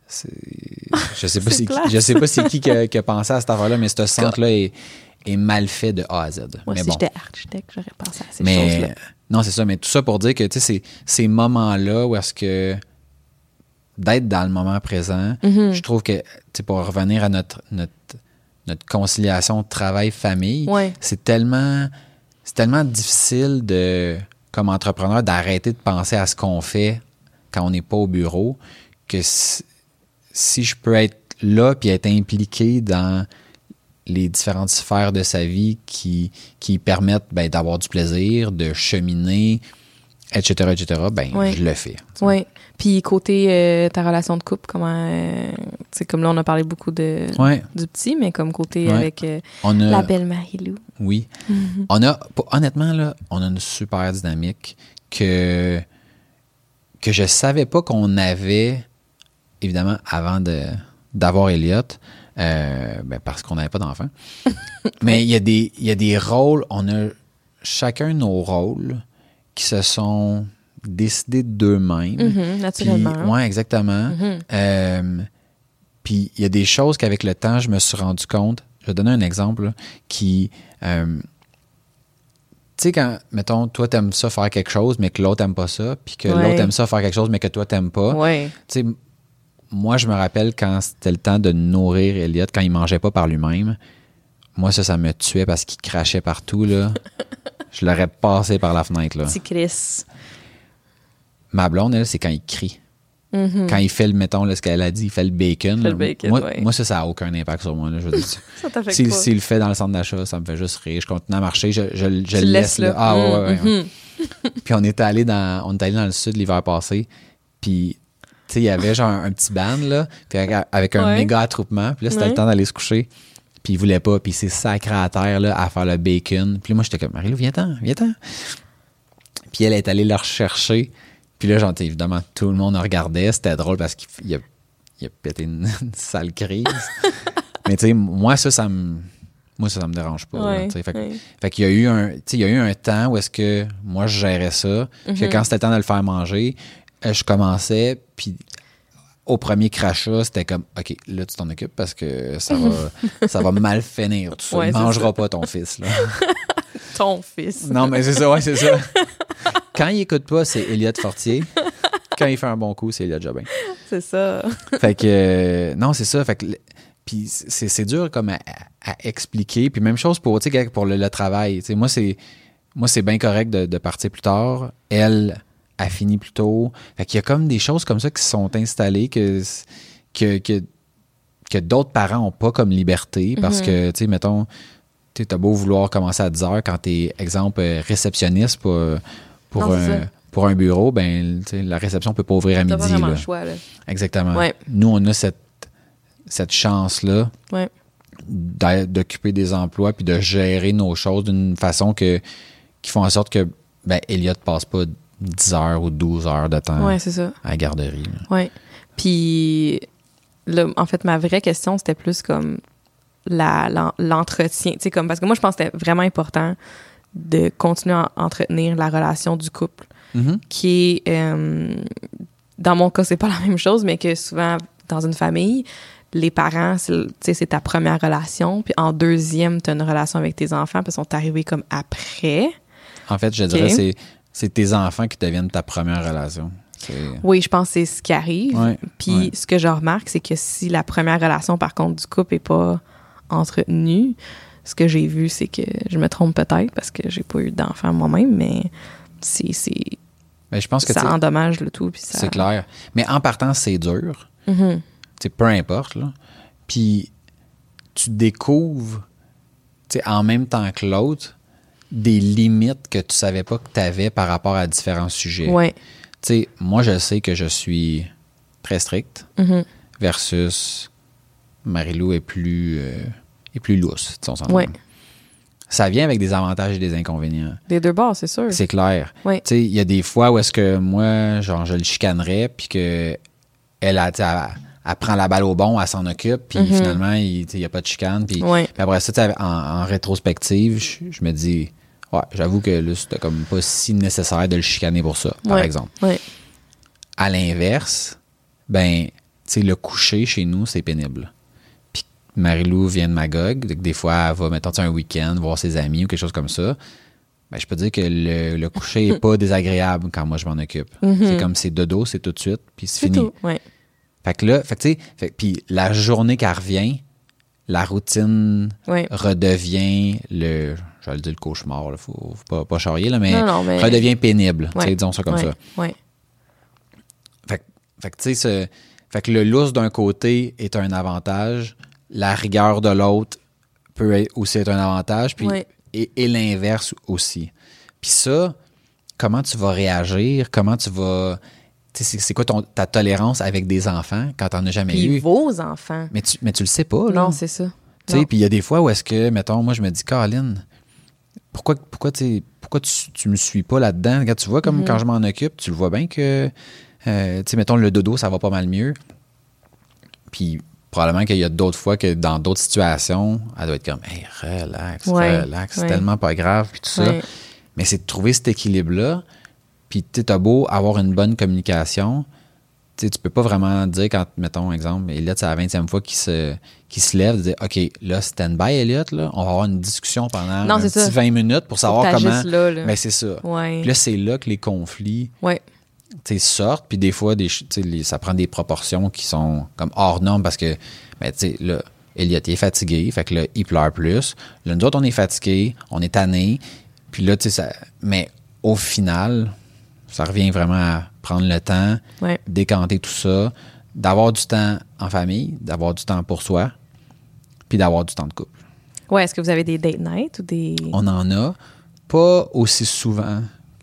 Je sais pas c'est qui a pensé à cette affaire-là, mais ce centre-là est mal fait de A à Z. Moi, mais si bon. j'étais architecte, j'aurais pensé à ces choses-là. Non, c'est ça, mais tout ça pour dire que tu sais, ces moments-là où est-ce que d'être dans le moment présent, je trouve que, tu sais, pour revenir à notre conciliation travail-famille, c'est tellement difficile comme entrepreneur d'arrêter de penser à ce qu'on fait quand on n'est pas au bureau, que si je peux être là puis être impliqué dans les différentes sphères de sa vie qui permettent d'avoir du plaisir, de cheminer, etc., je le fais. Oui. Puis côté ta relation de couple, comment... tu sais, comme là, on a parlé beaucoup du petit, mais comme côté avec la belle Marie-Lou. Oui. Honnêtement, là, on a une super dynamique que je savais pas qu'on avait... Évidemment, avant d'avoir Elliot, parce qu'on n'avait pas d'enfant. Mais il y a des rôles, on a chacun nos rôles qui se sont décidés d'eux-mêmes. Naturellement. Oui, exactement. Puis il y a des choses qu'avec le temps, je me suis rendu compte. Je vais donner un exemple là, qui sais, quand, mettons, toi, t'aimes ça faire quelque chose, mais que l'autre aime pas ça, puis que Ouais. l'autre aime ça faire quelque chose, mais que toi, t'aimes pas. Ouais. Tu sais, moi, je me rappelle quand c'était le temps de nourrir Elliot, quand il mangeait pas par lui-même, moi, ça me tuait parce qu'il crachait partout, là. Je l'aurais passé par la fenêtre, là. Petit Chris. Ma blonde, elle, c'est quand il crie. Quand il fait, mettons, là, ce qu'elle a dit, il fait le bacon. Fait là. le bacon, moi, ouais. moi, ça n'a aucun impact sur moi, là. Je veux dire, Ça t'affecte pas. s'il le fait dans le centre d'achat, ça me fait juste rire. Je continue à marcher, je Tu le le laisse, là. là. Ah, ouais. Puis on est allé dans le sud l'hiver passé, puis tu sais, il y avait genre un petit band, là, puis avec un Ouais. méga attroupement, puis là, c'était Ouais. le temps d'aller se coucher, puis il voulait pas, puis il s'est sacré à terre, là, à faire le bacon. Puis là, moi, j'étais comme, Marie-Lou, viens-t'en. Puis elle est allée le rechercher, puis là, genre, évidemment, tout le monde regardait, c'était drôle parce qu'il a pété une sale crise. Mais tu sais, moi, ça me dérange pas. Là, Ouais, tu sais. ouais. Fait qu'il y a eu un temps où est-ce que moi, je gérais ça. Puis que quand c'était le temps de le faire manger, je commençais, puis au premier crachat, c'était comme, OK, là, tu t'en occupes parce que ça va mal finir. Tout ça. Ouais, Il c'est mangera ça. pas ton fils. Là. Ton fils. Non, mais c'est ça, ouais, c'est ça. Quand il écoute pas, c'est Elliot Fortier. Quand il fait un bon coup, c'est Elliot Jobin. C'est ça. Fait que, non, c'est ça. Fait que, puis c'est dur comme à expliquer. Puis même chose pour, tu sais, pour le travail. Tu sais, moi, c'est bien correct de partir plus tard. Elle a fini plus tôt. Fait qu'il y a comme des choses comme ça qui se sont installées que d'autres parents n'ont pas comme liberté. Parce que, tu sais, mettons, tu as beau vouloir commencer à 10 heures quand tu es, exemple, réceptionniste pour un bureau, ben, tu sais, la réception peut pas ouvrir à T'as midi. pas vraiment Là. le choix, là. Exactement. Ouais. Nous, on a cette chance-là Ouais. d'occuper des emplois puis de gérer nos choses d'une façon qui font en sorte que ben, Elliot passe pas 10 heures ou 12 heures de temps Ouais, c'est ça. à la garderie. Là. Ouais. Puis, là, en fait, ma vraie question, c'était plus comme l'entretien. Tu sais, comme, parce que moi, je pense que c'était vraiment important de continuer à entretenir la relation du couple, Mhm. qui est, dans mon cas, c'est pas la même chose, mais que souvent, dans une famille, les parents, c'est ta première relation, puis en deuxième, tu as une relation avec tes enfants, puis ils sont arrivés comme après. En fait, je dirais c'est tes enfants qui deviennent ta première relation. Oui, je pense que c'est ce qui arrive. Ouais, Puis ouais. ce que je remarque, c'est que si la première relation, par contre, du couple n'est pas entretenue, ce que j'ai vu, c'est que je me trompe peut-être parce que j'ai pas eu d'enfant moi-même, mais Ben, je pense que ça endommage le tout. Puis ça... c'est clair. Mais en partant, c'est dur. Mhm. Tu sais, peu importe. Là. Puis tu découvres, tu sais, en même temps que l'autre, des limites que tu savais pas que tu avais par rapport à différents sujets. Ouais. Tu sais, moi, je sais que je suis très strict Mhm. versus Marie-Lou est plus lousse, tu sais, on s'entend. Ouais. Ça vient avec des avantages et des inconvénients. Des deux bords, c'est sûr. C'est clair. Ouais. Tu sais, il y a des fois où est-ce que moi, genre, je le chicanerais, puis que elle prend la balle au bon, elle s'en occupe, puis finalement, il n'y a pas de chicane. Puis Ouais. puis après ça, tu sais, en rétrospective, je me dis, ouais, j'avoue que là, c'était comme pas si nécessaire de le chicaner pour ça, par Ouais. exemple. Ouais. À l'inverse, ben, tu sais, le coucher chez nous, c'est pénible. Puis Marie-Lou vient de Magog, donc des fois, elle va, mettons, tu sais, un week-end, voir ses amis ou quelque chose comme ça. Ben, je peux dire que le coucher est pas désagréable quand moi je m'en occupe. C'est comme c'est dodo, c'est tout de suite, puis c'est fini. Tout. Ouais. Fait que là, tu sais, puis la journée qu'elle revient, la routine Ouais. redevient j'allais dire le cauchemar, là, faut pas charrier, là, mais, Non, mais- redevient pénible, tu sais, Ouais. disons ça comme Ouais. ça. Ouais. Fait que, tu sais, fait que le lousse d'un côté est un avantage, la rigueur de l'autre peut aussi être un avantage, puis Ouais. et l'inverse aussi. Puis ça, comment tu vas réagir, comment tu vas... Tu sais, c'est quoi ta tolérance avec des enfants quand t'en as jamais Puis eu? vos enfants. Mais tu le sais pas, là. Non, c'est ça. Tu sais, Non. puis il y a des fois où est-ce que, mettons, moi, je me dis, Caroline, pourquoi tu me suis pas là-dedans? Regarde, tu vois, comme quand je m'en occupe, tu le vois bien que, tu sais, mettons, le dodo, ça va pas mal mieux. Puis probablement qu'il y a d'autres fois que dans d'autres situations, elle doit être comme, hey, relax, Ouais, c'est ouais. tellement pas grave, puis tout ça. Ouais. Mais c'est de trouver cet équilibre-là. Puis tu sais, t'as beau avoir une bonne communication, sais, tu peux pas vraiment dire quand, mettons, exemple, Elliot, c'est la 20e fois qu'il se lève, de dire, OK, là, stand-by, Elliot, là, on va avoir une discussion pendant Non, un c'est petit ça. 20 minutes pour savoir Faut que comment. t'agisses là. Mais c'est ça. Ouais. Puis là, c'est là que les conflits Ouais. sortent, puis des fois, ça prend des proportions qui sont comme hors normes parce que, ben, tu sais, là, Elliot est fatigué, fait que là, il pleure plus. Là, nous autres, on est fatigués, on est tannés, puis là, tu sais, ça. Mais au final, ça revient vraiment à prendre le temps, Ouais. décanter tout ça, d'avoir du temps en famille, d'avoir du temps pour soi, puis d'avoir du temps de couple. Ouais, est-ce que vous avez des date nights ou des... On en a pas aussi souvent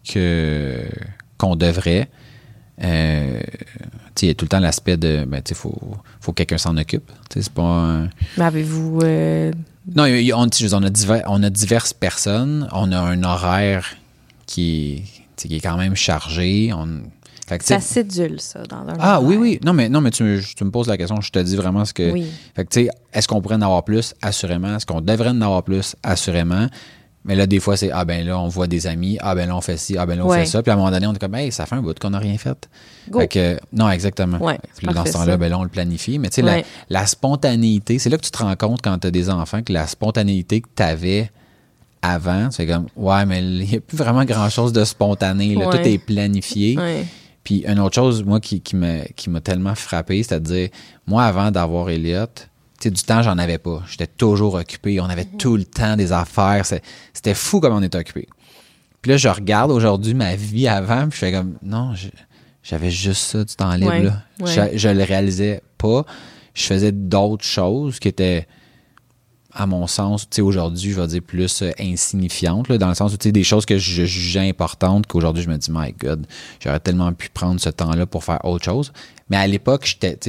qu'on devrait. Il y a tout le temps l'aspect de faut que quelqu'un s'en occupe. C'est pas Mais avez-vous... Non, on a diverses personnes. On a un horaire qui est quand même chargé. Fait que, ça sédule, ça, dans un Ah horaire. oui. Non, mais tu me poses la question, je te dis vraiment ce que. Oui. Fait que, tu sais, est-ce qu'on pourrait en avoir plus? Assurément. Est-ce qu'on devrait en avoir plus? Assurément. Mais là, des fois, c'est là, on voit des amis. Là, on fait ci. Là, on fait ça. Puis à un moment donné, on est comme, hey, ça fait un bout qu'on n'a rien fait. Go. Fait que, non, exactement. Ouais, Puis là, dans ce parfait, temps-là, ça. là, on le planifie. Mais tu sais, la spontanéité, c'est là que tu te rends compte quand tu as des enfants que la spontanéité que tu avais avant, c'est comme, ouais, mais il n'y a plus vraiment grand-chose de spontané. Là. Ouais. Tout est planifié. Ouais. Puis une autre chose, moi, qui m'a tellement frappé, c'est-à-dire, moi, avant d'avoir Elliot, tu sais, du temps, j'en avais pas. J'étais toujours occupé. On avait tout le temps des affaires. C'était fou comme on était occupé. Puis là, je regarde aujourd'hui ma vie avant, puis je fais comme, non, j'avais juste ça, du temps libre, là. Ouais. Je le réalisais pas. Je faisais d'autres choses qui étaient, à mon sens, tu sais, aujourd'hui, je vais dire plus insignifiantes, là, dans le sens où, tu sais, des choses que je jugeais importantes qu'aujourd'hui, je me dis, my God, j'aurais tellement pu prendre ce temps-là pour faire autre chose. Mais à l'époque,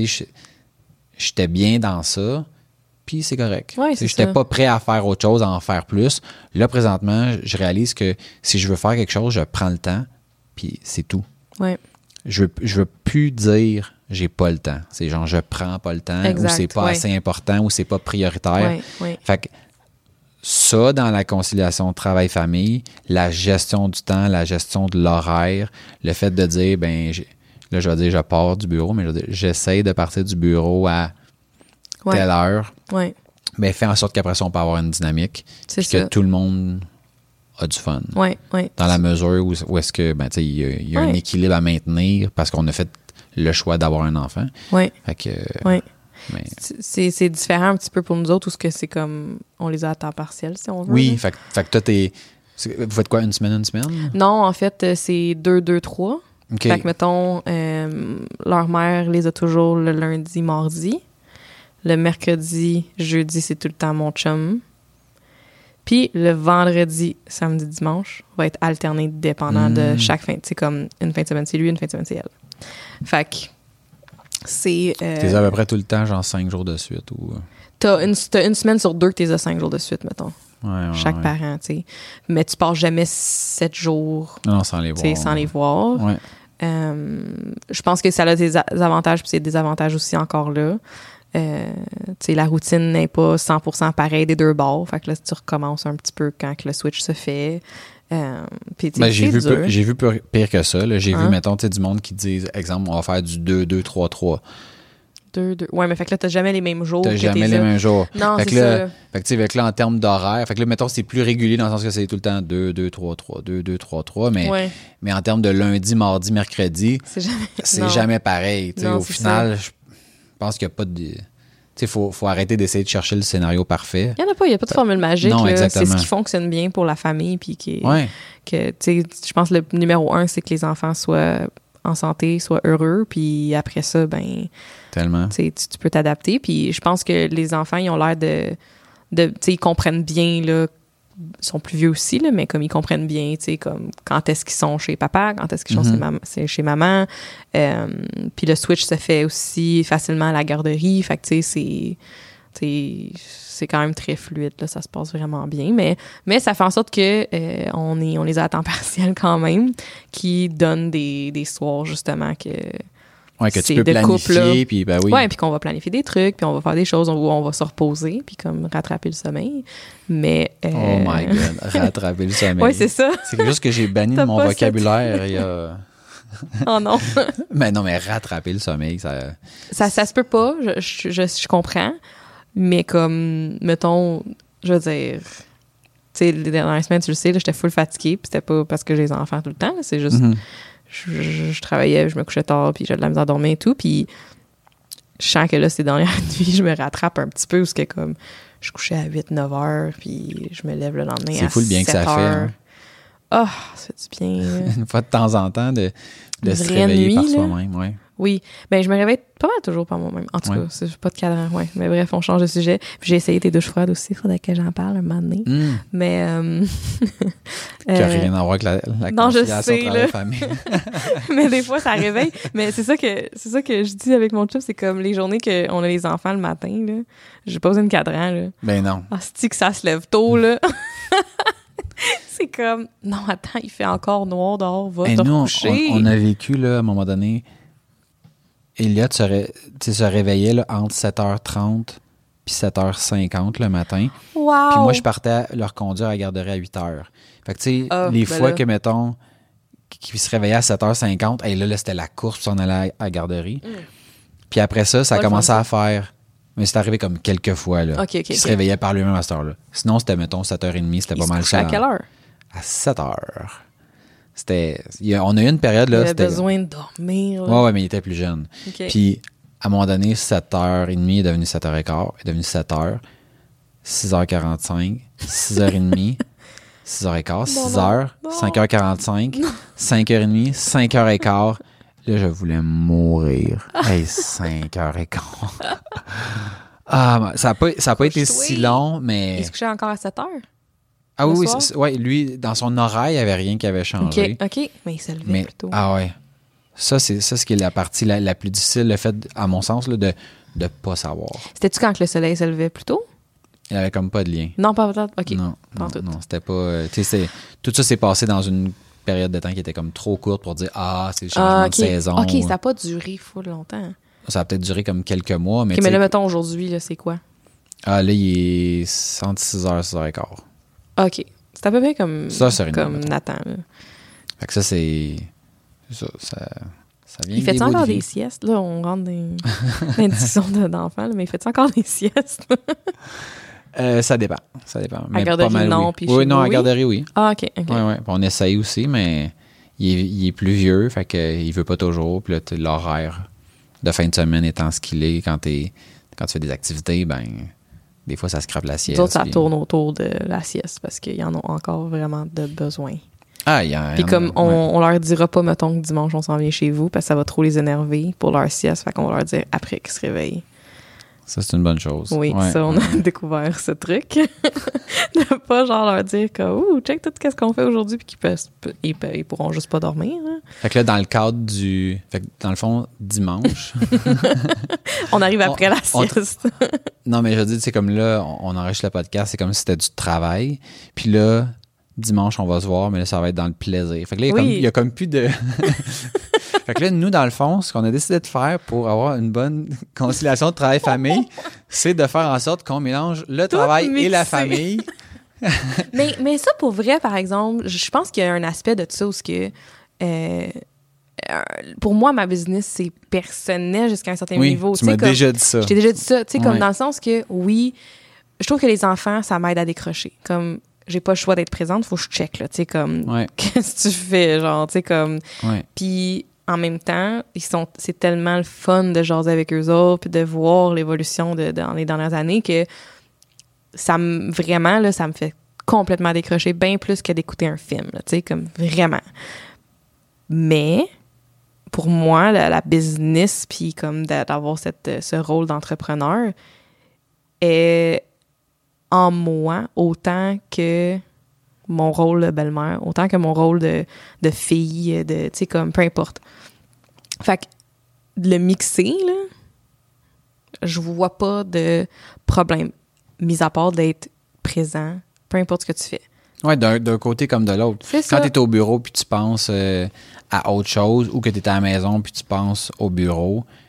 j'étais bien dans ça, puis c'est correct. Ouais, c'est j'étais ça. pas prêt à faire autre chose, à en faire plus. Là, présentement, je réalise que si je veux faire quelque chose, je prends le temps, puis c'est tout. Ouais. Je veux plus dire j'ai pas le temps. C'est genre je prends pas le temps, Exact, ou c'est pas assez important, ou c'est pas prioritaire. Ouais. Fait que ça, dans la conciliation travail-famille, la gestion du temps, la gestion de l'horaire, le fait de dire, là, je vais dire, je pars du bureau, mais je vais dire, j'essaie de partir du bureau à telle heure. Ouais. Mais fais en sorte qu'après ça, on peut avoir une dynamique. C'est Puis que ça. tout le monde a du fun. Ouais. Dans la mesure où est-ce que, il y a un équilibre à maintenir parce qu'on a fait le choix d'avoir un enfant. Ouais. Fait que, Ouais. mais, C'est différent un petit peu pour nous autres, où ce que c'est comme, on les a à temps partiel, si on veut. oui, là. fait que toi, vous faites quoi, une semaine? Non, en fait, c'est 2-2-3. OK. Fait que, mettons, leur mère les a toujours le lundi, mardi. Le mercredi, jeudi, c'est tout le temps mon chum. Puis le vendredi, samedi, dimanche va être alterné dépendant de chaque fin. C'est comme une fin de semaine, c'est lui, une fin de semaine, c'est elle. Fait que c'est... T'es à peu près tout le temps, genre 5 jours de suite? Ou... T'as une semaine sur 2 que t'es à 5 jours de suite, mettons. Ouais, Chaque parent, tu sais. Mais tu passes jamais 7 jours Non, sans les voir. sans les voir. Ouais. Je pense que ça a des avantages puis c'est des désavantages aussi encore là. La routine n'est pas 100% pareille des deux bords. Fait que là, tu recommences un petit peu quand que le switch se fait. Puis, j'ai vu pire que ça. Là. J'ai vu, Hein? mettons, du monde qui disent, exemple, on va faire du 2-2-3-3. 2. Ouais, mais fait que là, t'as jamais les mêmes jours. T'as que jamais tes les autres. mêmes jours. Non, Fait c'est que là, ça. fait que, tu sais, fait que là, en termes d'horaire, fait que là, mettons, c'est plus régulier dans le sens que c'est tout le temps 2-2-3-3, 2-2-3-3, mais en termes de lundi, mardi, mercredi, C'est jamais... jamais pareil. Tu sais, Non, au c'est final, je pense qu'il n'y a pas de... Tu sais, faut arrêter d'essayer de chercher le scénario parfait. Il n'y a pas de formule magique. Non, là. exactement. C'est ce qui fonctionne bien pour la famille. Puis Ouais. que, tu sais, je pense que le numéro 1, c'est que les enfants soient en santé, soient heureux. Puis après ça, Tellement. tu peux t'adapter. Puis je pense que les enfants, ils ont l'air de tu sais, ils comprennent bien, là, ils sont plus vieux aussi, là, mais comme ils comprennent bien, tu sais, comme quand est-ce qu'ils sont chez papa, quand est-ce qu'ils sont chez maman. Puis le switch se fait aussi facilement à la garderie. Fait que, tu sais, c'est quand même très fluide, là, ça se passe vraiment bien. Mais ça fait en sorte que on les a à temps partiel quand même, qui donnent des soirs, justement, que... Ouais, que tu c'est peux de planifier, couple, puis oui. Ouais, puis qu'on va planifier des trucs, puis on va faire des choses où on va se reposer, puis comme rattraper le sommeil. Mais... Oh my God, rattraper le sommeil. Ouais, c'est ça. C'est quelque chose que j'ai banni de T'as mon pas vocabulaire il y a... Oh non. Mais non, mais rattraper le sommeil, ça... Ça se peut pas, je comprends. Mais comme, mettons, je veux dire, tu sais, les dernières semaines, tu le sais, là, j'étais full fatiguée, puis c'était pas parce que j'ai les enfants tout le temps, là, c'est juste, je travaillais, je me couchais tard, puis j'avais de la misère à dormir et tout, puis je sens que là, ces dernières nuits, je me rattrape un petit peu, parce que comme, je couchais à 8-9 heures, puis je me lève le lendemain à 7 heures. C'est fou le bien que ça fait. Hein? Oh, ça fait du bien. Une fois de temps en temps, de se vraie réveiller nuit, par là. soi-même, ouais. Oui, ben je me réveille pas mal toujours par moi-même. En tout cas, c'est pas de cadran, ouais. Mais bref, on change de sujet. Puis j'ai essayé tes douches froides aussi, il faudrait que j'en parle un moment donné. Mais... qui n'a rien à voir avec la non, je conciliation sais, travail-famille. Mais des fois, ça réveille. Mais c'est ça que je dis avec mon chum, c'est comme les journées qu'on a les enfants le matin, là. J'ai pas besoin de cadran, là. Ben non. Ah, c'est que ça se lève tôt, là. C'est comme, non, attends, il fait encore noir dehors, va te coucher. On a vécu, là, à un moment donné, Elliot se réveillait là, entre 7h30 puis 7h50 le matin. Wow! Puis moi, je partais leur conduire à la garderie à 8h. Fait que, tu sais, les fois que, mettons, qu'il se réveillait à 7h50, et là, c'était la course, puis on allait à la garderie. Puis après ça a commencé à faire... Mais c'est arrivé comme quelques fois, là. Il se réveillait par lui-même à cette heure-là. Sinon, c'était, mettons, 7h30, c'était pas mal ça. À quelle heure? À 7h. On a eu une période, là... Il avait besoin de dormir, là. Ouais, mais il était plus jeune. Puis, à un moment donné, 7h30 est devenu 7h15, est devenu 7h, 6h45, 6h30, 6h15, 6h, 5h45, 5h30, 5h15... Là, je voulais mourir. Hey, 5h15. Ah, ça a pas été si long, mais... Il se couchait encore à 7h? Ah oui, lui, dans son oreille, il n'y avait rien qui avait changé. OK. Mais il se levait plus tôt. Ah ouais. Ça, c'est ce qui est la partie la plus difficile, le fait, à mon sens, là, de ne pas savoir. C'était-tu quand le soleil se levait plus tôt? Il n'y avait comme pas de lien. Non, pas peut-être. OK. Non, c'était pas... tout ça s'est passé dans une période de temps qui était comme trop courte pour dire c'est le changement de saison. OK, ça n'a pas duré full longtemps. Ça a peut-être duré comme quelques mois, mais mais là, mettons, aujourd'hui, là, c'est quoi? Ah, là, il est entre 6h et 6h15. OK. C'est à peu près comme Nathan. Là. Fait que ça, c'est... Ça vient. Il fait encore des siestes? Là, on rentre dans une discussion d'enfants, mais il fait encore des siestes? Ça dépend. À garderie, non. Puis oui, non, à garderie, oui. Ah, OK. Ouais. On essaye aussi, mais il est plus vieux, fait qu'il veut pas toujours. Puis là, l'horaire de fin de semaine étant ce qu'il est, quand tu fais des activités, ben des fois, ça scrape la sieste. D'autres, ça tourne autour de la sieste parce qu'ils en ont encore vraiment de besoin. Puis comme on leur dira pas, mettons, que dimanche, on s'en vient chez vous parce que ça va trop les énerver pour leur sieste. Fait qu'on va leur dire après qu'ils se réveillent. Ça, c'est une bonne chose. Oui, on a découvert ce truc. De pas leur dire que, check tout ce qu'on fait aujourd'hui, puis qu'ils pourront juste pas dormir. Hein. Fait que là, dans le cadre fait que dans le fond, dimanche. On arrive après la sieste. Non, mais je veux dire, c'est comme là, on enregistre le podcast, c'est comme si c'était du travail. Puis là, dimanche, on va se voir, mais là, ça va être dans le plaisir. Fait que là, il y a comme plus de. Fait que là, nous, dans le fond, ce qu'on a décidé de faire pour avoir une bonne conciliation de travail-famille, c'est de faire en sorte qu'on mélange le travail et la famille. mais ça, pour vrai, par exemple, je pense qu'il y a un aspect de ça où pour moi, ma business, c'est personnel jusqu'à un certain niveau. Tu m'as déjà dit ça. Je t'ai déjà dit ça. Tu sais, comme dans le sens que, oui, je trouve que les enfants, ça m'aide à décrocher. Comme, j'ai pas le choix d'être présente, faut que je check, là. Tu sais, comme, qu'est-ce que tu fais, genre, tu sais, comme. Puis, en même temps, c'est tellement le fun de jaser avec eux autres, puis de voir l'évolution dans les dernières années que vraiment, là, ça me fait complètement décrocher, bien plus que d'écouter un film, tu sais, comme vraiment. Mais, pour moi, la business, puis comme d'avoir ce rôle d'entrepreneur est en moi autant que mon rôle de belle-mère, autant que mon rôle de fille, tu sais, comme, peu importe. Fait que, le mixer, là, je vois pas de problème, mis à part d'être présent, peu importe ce que tu fais. Oui, d'un côté comme de l'autre. Quand tu es au bureau puis tu penses à autre chose, ou que tu es à la maison puis tu penses au bureau,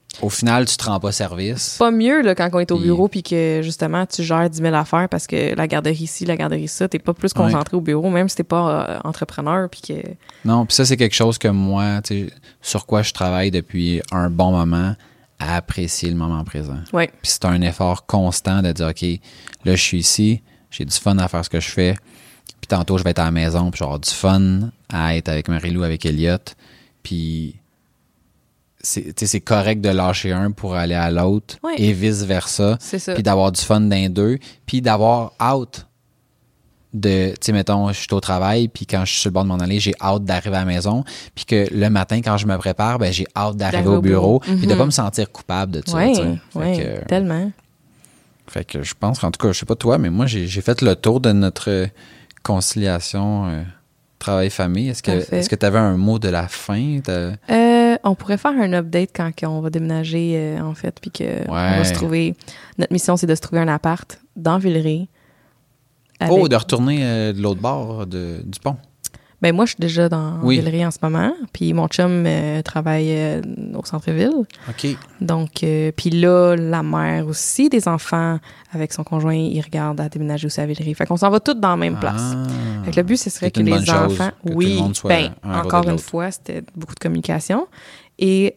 au final, tu te rends pas service. Pas mieux là, quand on est au bureau puis que justement tu gères 10 000 affaires parce que la garderie ci, la garderie ça, t'es pas plus concentré au bureau, même si t'es pas entrepreneur puis que... Non, puis ça, c'est quelque chose que moi, tu sais, sur quoi je travaille depuis un bon moment, à apprécier le moment présent. Oui. Puis c'est un effort constant de dire, OK, là, je suis ici, j'ai du fun à faire ce que je fais, puis tantôt, je vais être à la maison, puis je vais avoir du fun à être avec Marie-Lou, avec Elliot, puis... c'est correct de lâcher un pour aller à l'autre et vice-versa. C'est ça. Puis d'avoir du fun d'un deux. Puis d'avoir hâte de... Tu sais, mettons, je suis au travail, puis quand je suis sur le bord de m'en aller, j'ai hâte d'arriver à la maison. Puis que le matin, quand je me prépare, ben j'ai hâte d'arriver au bureau. Puis de pas me sentir coupable de ça. Oui, tellement. Fait que je pense, en tout cas, je sais pas toi, mais moi, j'ai fait le tour de notre conciliation travail-famille. Est-ce que tu avais un mot de la fin? On pourrait faire un update quand on va déménager, en fait, puis qu'on va se trouver... Notre mission, c'est de se trouver un appart dans Villeray. De retourner de l'autre bord du pont. Ben moi, je suis déjà dans Villeray en ce moment, puis mon chum travaille au centre-ville. OK. Donc, puis là, la mère aussi des enfants, avec son conjoint, il regarde à déménager aussi à Villeray. Fait qu'on s'en va tous dans la même place. Fait que le but, ce serait que les enfants... Que tout le monde soit encore une fois, c'était beaucoup de communication. Et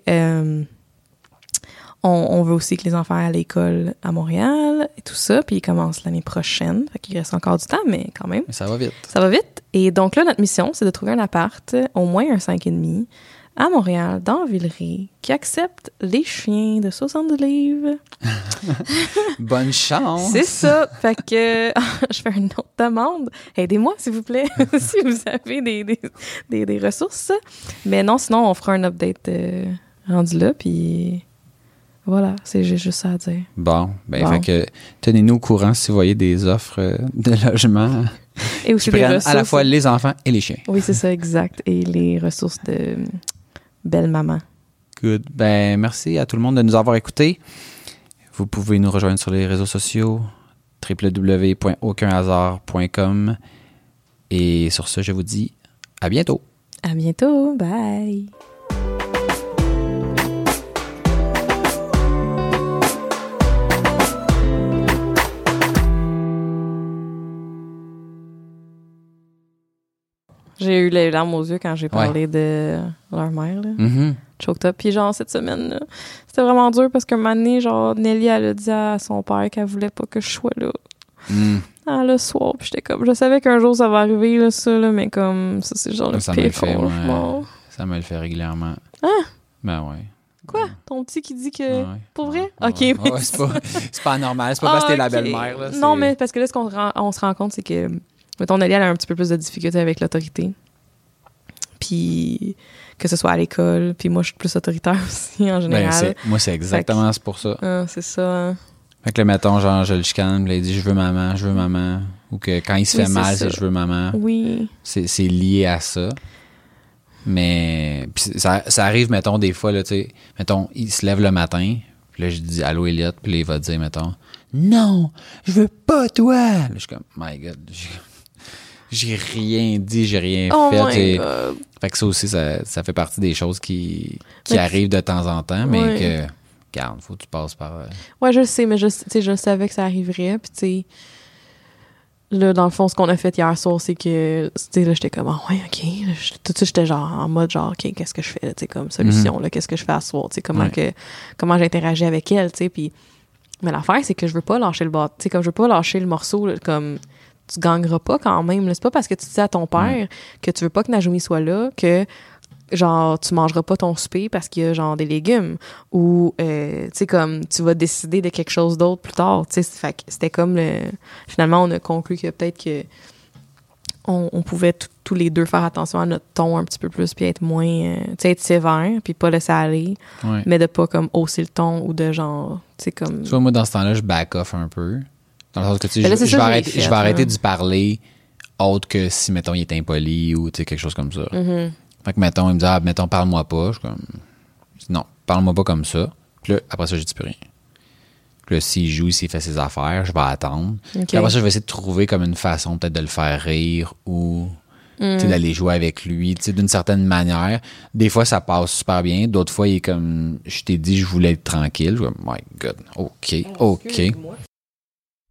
on veut aussi que les enfants aient à l'école à Montréal et tout ça, puis ils commencent l'année prochaine. Fait qu'il reste encore du temps, mais quand même. Mais ça va vite. Ça va vite. Et donc là, notre mission, c'est de trouver un appart, au moins un 5,5, à Montréal, dans Villeray, qui accepte les chiens de 70 livres. Bonne chance! C'est ça. Fait que je fais une autre demande. Aidez-moi, s'il vous plaît, si vous avez des ressources. Mais non, sinon, on fera un update rendu là, puis... Voilà, j'ai juste ça à dire. Bon. Fait que tenez-nous au courant si vous voyez des offres de logement et aussi qui prennent à la fois les enfants et les chiens. Oui, c'est ça, exact. Et les ressources de belle maman. Good. Ben, merci à tout le monde de nous avoir écoutés. Vous pouvez nous rejoindre sur les réseaux sociaux www.aucunhasard.com. Et sur ce, je vous dis à bientôt. À bientôt. Bye. J'ai eu les larmes aux yeux quand j'ai parlé de leur mère, là. Mm-hmm. Choked up. Puis genre, cette semaine, là, c'était vraiment dur parce qu'un moment donné, genre, Nelly, elle a dit à son père qu'elle voulait pas que je sois là. Le soir, puis j'étais comme... Je savais qu'un jour, ça va arriver, là, ça, là, mais comme... Ça, c'est genre le pire, franchement. Ça me le fait régulièrement. Hein? Ben ouais. Quoi? Ton petit qui dit que... Pour vrai? Ouais. OK. Ouais, c'est pas normal. C'est pas parce que t'es la belle-mère, là. Non, mais parce que là, ce qu'on se rend compte, c'est que... Mettons, Nelly, elle a un petit peu plus de difficultés avec l'autorité. Puis que ce soit à l'école. Puis moi, je suis plus autoritaire aussi, en général. Moi, c'est exactement c'est pour ça. C'est ça. Hein. Fait que là, mettons, genre, je le chicane, puis il dit « je veux maman ». Ou que quand il se fait mal, c'est « je veux maman ». Oui. C'est lié à ça. Mais ça arrive, mettons, des fois, là, tu sais, mettons, il se lève le matin, puis là, je dis « allô, Elliot », puis là, il va dire, mettons « non, je veux pas toi ». Là, je suis comme « my God ». J'ai rien dit, j'ai rien fait. Fait que ça aussi, ça fait partie des choses qui arrivent de temps en temps, mais que, regarde, faut que tu passes par... Ouais, je le sais, mais je savais que ça arriverait. Puis, tu sais, là, dans le fond, ce qu'on a fait hier soir, c'est que, tu sais, là, j'étais comme, OK. Là, tout de suite, j'étais genre en mode, genre, OK, qu'est-ce que je fais, tu sais, comme solution, là, qu'est-ce que je fais à soir, tu sais, comment j'interagis avec elle, tu sais. Puis, mais l'affaire, c'est que je veux pas lâcher le bâton, tu sais, comme je veux pas lâcher le morceau, là, comme... Tu gagneras pas quand même. Là. C'est pas parce que tu dis à ton père que tu veux pas que Najomi soit là que genre tu mangeras pas ton souper parce qu'il y a genre des légumes ou tu sais comme tu vas décider de quelque chose d'autre plus tard. Tu sais, fait que c'était comme finalement on a conclu que peut-être que on pouvait tous les deux faire attention à notre ton un petit peu plus puis être moins tu sais être sévère puis pas laisser aller mais de pas comme hausser le ton ou de genre tu sais comme. Tu vois, moi dans ce temps-là je back off un peu. Dans le sens que, tu sais, je vais arrêter d'y parler autre que si, mettons, il est impoli ou, tu sais, quelque chose comme ça. Mm-hmm. Fait que, mettons, il me dit, mettons, parle-moi pas. Je suis comme, non, parle-moi pas comme ça. Puis là, après ça, je dis plus rien. Puis là, s'il joue, s'il fait ses affaires, je vais attendre. Okay. Puis après ça, je vais essayer de trouver comme une façon peut-être de le faire rire ou tu sais, d'aller jouer avec lui, tu sais, d'une certaine manière. Des fois, ça passe super bien. D'autres fois, il est comme, je t'ai dit, je voulais être tranquille. Je dis, my God, OK.